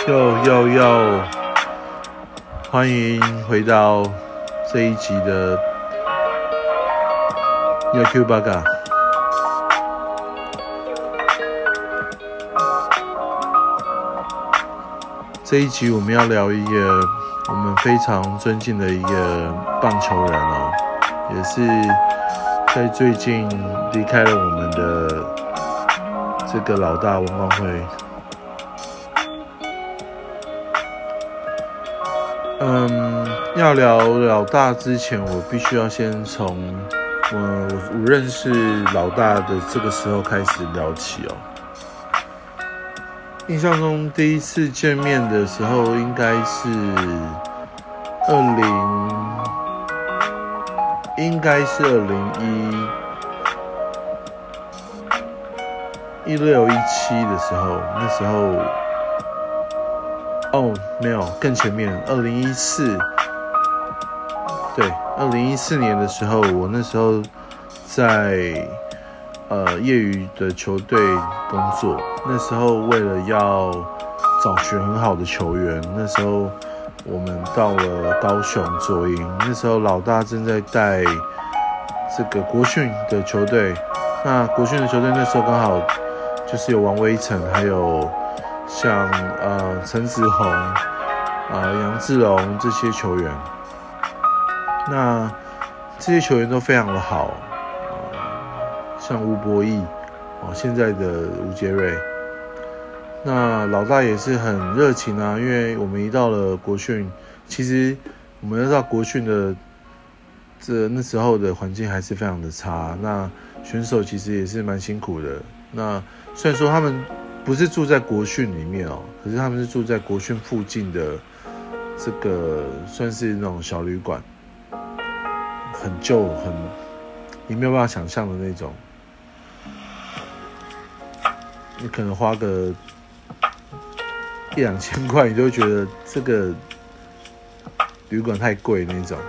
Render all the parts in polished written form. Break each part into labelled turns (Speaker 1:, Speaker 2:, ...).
Speaker 1: 又，欢迎回到这一集的 YQ Baga。这一集我们要聊一个我们非常尊敬的一个棒球人哦，也是在最近离开了我们的这个老大王光辉。要聊老大之前，我必须要先从我认识老大的这个时候开始聊起哦。印象中第一次见面的时候，应该是2016-17的时候，那时候没有，更前面2014年的时候，我那时候在业余的球队工作。那时候为了要找寻很好的球员，那时候我们到了高雄左营。那时候老大正在带这个国训的球队，那国训的球队那时候刚好就是有王威成，还有像陈子宏、杨志龙这些球员。那这些球员都非常的好，像吴伯义，现在的吴杰瑞。那老大也是很热情啊，因为我们一到了国训，其实我们要到国训的那时候的环境还是非常的差，那选手其实也是蛮辛苦的。那虽然说他们不是住在国训里面可是他们是住在国训附近的这个算是那种小旅馆，很旧，你没有办法想象的那种。你可能花个1-2千块，你就会觉得这个旅馆太贵那种。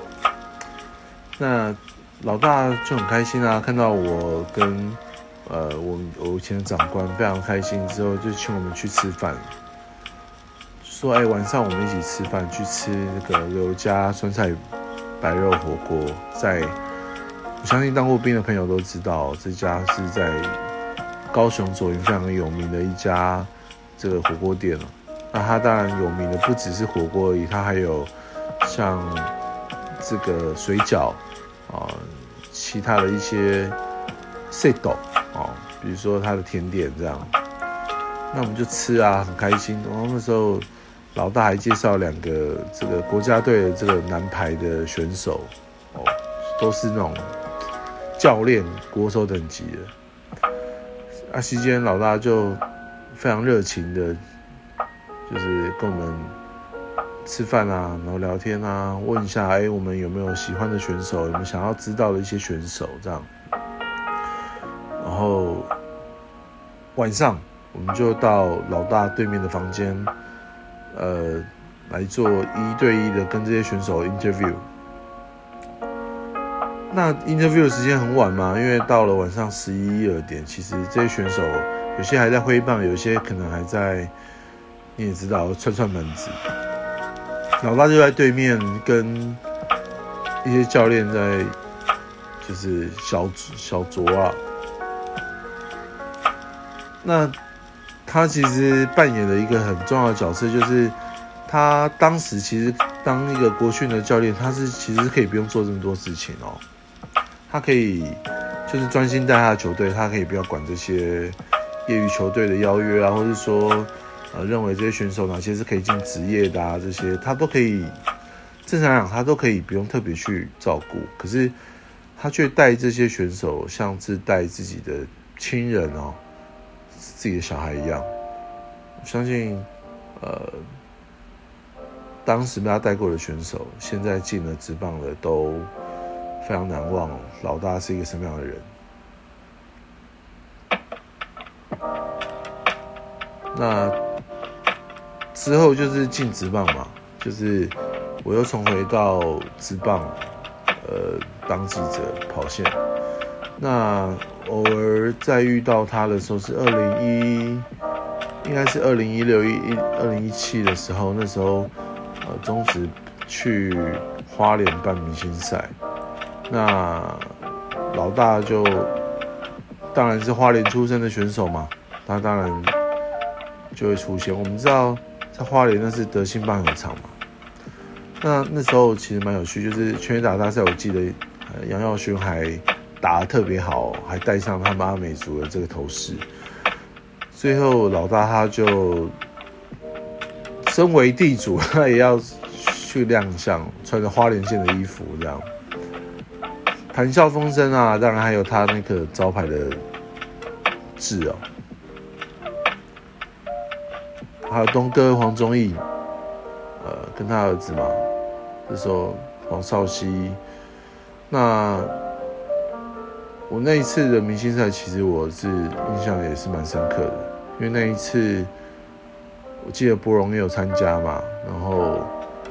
Speaker 1: 那老大就很开心啊，看到我跟我以前的长官非常开心，之后就请我们去吃饭，说晚上我们一起吃饭，去吃那个刘家酸菜白肉火锅。我相信当过兵的朋友都知道，这家是在高雄左营非常有名的一家这个火锅店。那它当然有名的不只是火锅而已，它还有像这个水饺其他的一些set比如说它的甜点这样。那我们就吃啊，很开心。然后那时候老大还介绍2个这个国家队的这个男排的选手都是那种教练国手等级的。期间老大就非常热情的，就是跟我们吃饭啊，然后聊天啊，问一下我们有没有喜欢的选手，有没有想要知道的一些选手这样。然后晚上我们就到老大对面的房间，来做1对1的跟这些选手 interview。那 interview 的时间很晚嘛，因为到了晚上11、12点，其实这些选手有些还在挥棒，有些可能还在，你也知道串门子。老大就在对面跟一些教练在就是小酌啊。那他其实扮演了一个很重要的角色，就是他当时其实当一个国训的教练，他其实是可以不用做这么多事情他可以就是专心带他的球队，他可以不要管这些业余球队的邀约啊，或是说认为这些选手哪些是可以进职业的啊，这些他都可以，正常讲他都可以不用特别去照顾。可是他却带这些选手像是带自己的亲人自己的小孩一样。我相信当时被他带过的选手，现在进了职棒的都非常难忘老大是一个什么样的人。那之后就是进职棒嘛，就是我又重回到职棒当记者跑线。那偶尔再遇到他的时候是2011 应该是2016-2017的时候，那时候中职去花莲办明星赛，那老大就当然是花莲出身的选手嘛，他当然就会出现。我们知道在花莲那是德兴棒球场嘛，那时候其实蛮有趣，就是全垒打大赛，我记得杨耀勋还打得特别好，还带上他们阿美族的这个头饰。最后老大他就身为地主，他也要去亮相，穿着花莲县的衣服这样，谈笑风生啊。当然还有他那个招牌的字还有东哥黄宗义，跟他儿子嘛，这时候黄少熙。那我那一次的明星赛，其实我是印象也是蛮深刻的，因为那一次我记得博荣也有参加嘛，然后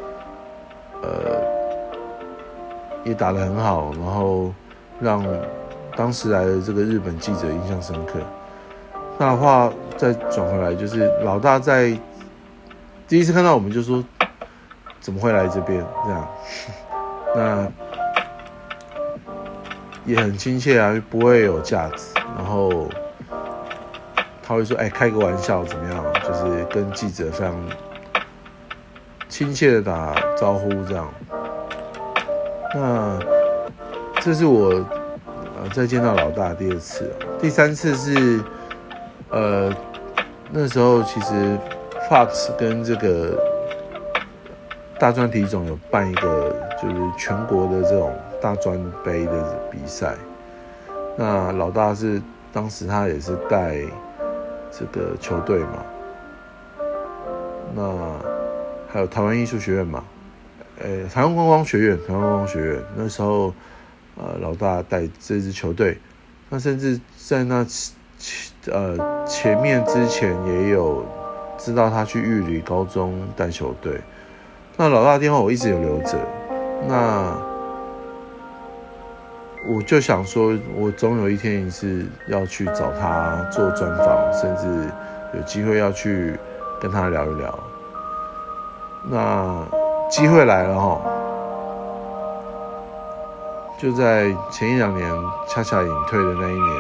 Speaker 1: 也打得很好，然后让当时来的这个日本记者印象深刻。那的话再转回来，就是老大在第一次看到我们就说怎么会来这边这样，那也很亲切啊，不会有架子，然后他会说开个玩笑怎么样，就是跟记者非常亲切的打招呼这样。那这是我再见到老大的第二次。第三次是那时候其实 Fox 跟这个大专体总有办一个就是全国的这种大专杯的比赛，那老大是当时他也是带这个球队嘛，那还有台湾艺术学院嘛，台湾观光学院那时候老大带这支球队，那甚至在那前面之前也有知道他去玉里高中带球队。那老大的电话我一直有留着，那我就想说我总有一天是要去找他做专访，甚至有机会要去跟他聊一聊。那机会来了就在前1-2年恰恰隐退的那一年，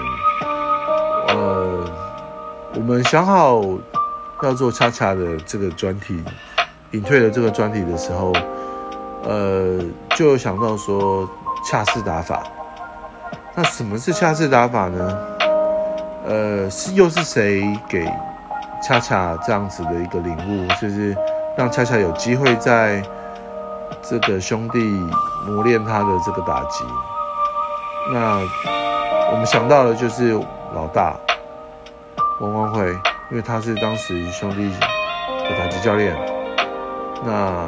Speaker 1: 我们想好要做恰恰的这个专题，隐退的这个专题的时候，就有想到说恰式打法。那什么是恰式打法呢？又是谁给恰恰这样子的一个领悟，就是让恰恰有机会在这个兄弟磨练他的这个打击。那我们想到的就是老大王光辉，因为他是当时兄弟的打击教练，那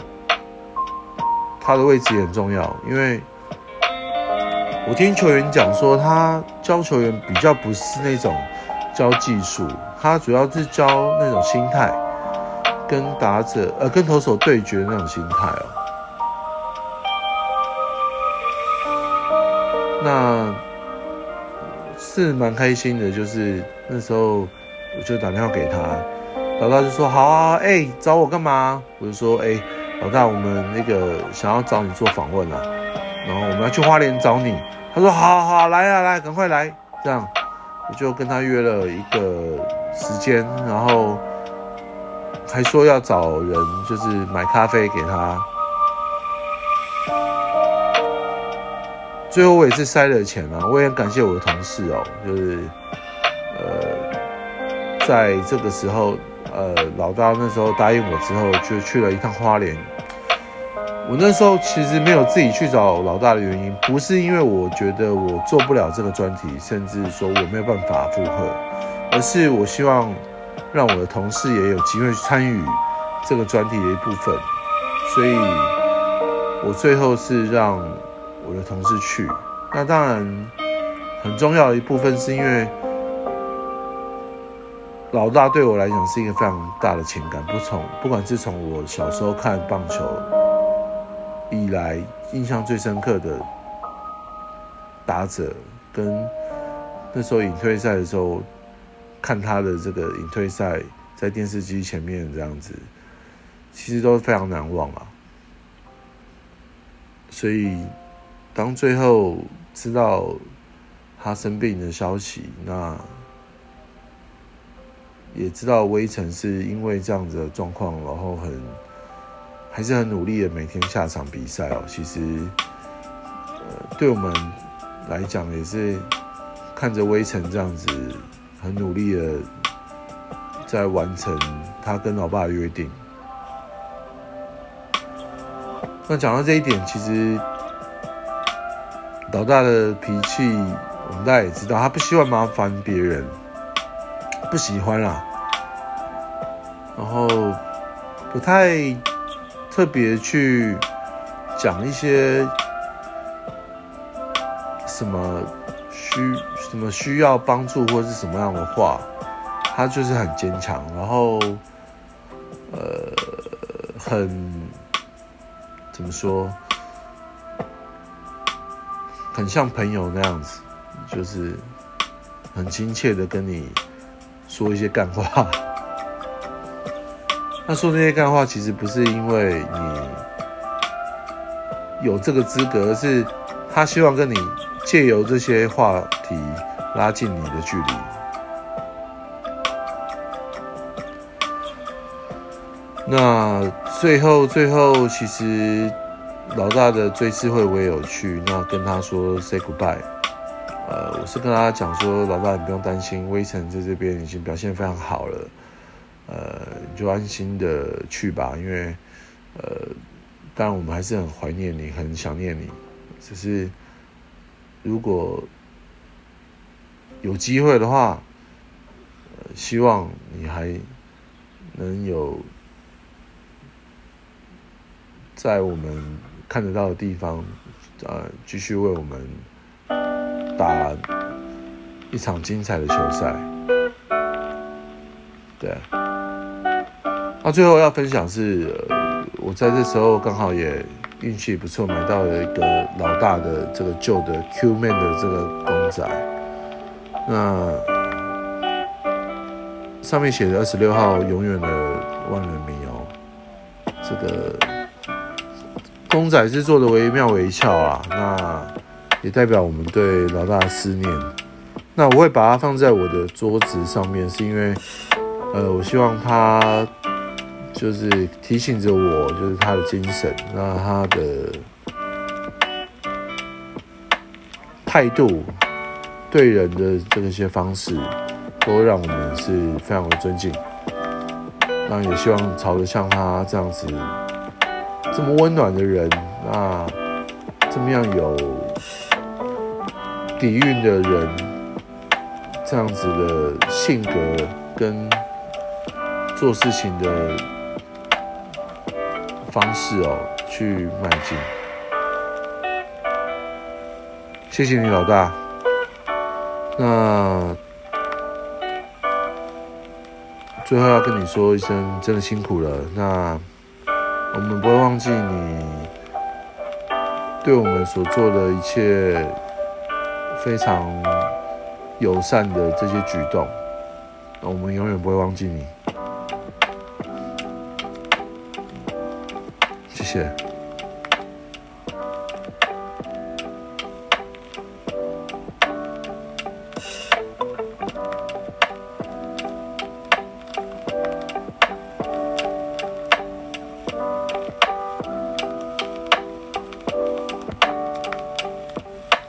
Speaker 1: 他的位置也很重要，因为我听球员讲说，他教球员比较不是那种教技术，他主要是教那种心态，跟跟投手对决的那种心态那是蛮开心的，就是那时候我就打电话给他，老大就说好啊，找我干嘛？我就说老大，我们那个想要找你做访问然后我们要去花莲找你。他说好来来赶快来，这样我就跟他约了一个时间，然后还说要找人就是买咖啡给他。最后我也是塞了钱我也很感谢我的同事就是在这个时候老大那时候答应我之后，就去了一趟花莲。我那时候其实没有自己去找老大的原因，不是因为我觉得我做不了这个专题，甚至说我没有办法负荷，而是我希望让我的同事也有机会参与这个专题的一部分。所以我最后是让我的同事去。那当然很重要的一部分是因为老大对我来讲是一个非常大的情感，不管是从我小时候看棒球以来印象最深刻的打者，跟那时候隐退赛的时候看他的这个隐退赛在电视机前面这样子，其实都非常难忘啊。所以当最后知道他生病的消息，那也知道威晨是因为这样子的状况，然后还是很努力的每天下场比赛哦。其实对我们来讲也是看着威晨这样子很努力的在完成他跟老爸的约定。那讲到这一点，其实老大的脾气我们大家也知道，他不希望麻烦别人，不喜欢啦，然后不太特别去讲一些什么需要帮助或是什么样的话，他就是很坚强，然后很怎么说，很像朋友那样子，就是很亲切的跟你说一些干话。那说这些干话其实不是因为你有这个资格，而是他希望跟你借由这些话题拉近你的距离。那最后，其实老大的追思会我也有去，那跟他说 say goodbye。我是跟他讲说，老大你不用担心，威晨在这边已经表现非常好了，你就安心的去吧，因为当然我们还是很怀念你，很想念你，只是如果有机会的话，希望你还能有在我们看得到的地方，继续为我们打一场精彩的球赛。对，那最后要分享是，我在这时候刚好也运气不错，买到了一个老大的这个旧的 Q-Man 的这个公仔，那上面写的26号永远的万人迷哦，这个公仔是做的惟妙惟肖啊，那也代表我们对老大的思念。那我会把它放在我的桌子上面，是因为我希望他就是提醒着我，就是他的精神，那他的态度，对人的这些方式，都让我们是非常的尊敬。那也希望朝着像他这样子这么温暖的人，那这么样有底蕴的人，这样子的性格跟做事情的方式哦，去迈进。谢谢你老大。那最后要跟你说一声，真的辛苦了。那我们不会忘记你对我们所做的一切非常友善的这些举动，我们永远不会忘记你。谢谢。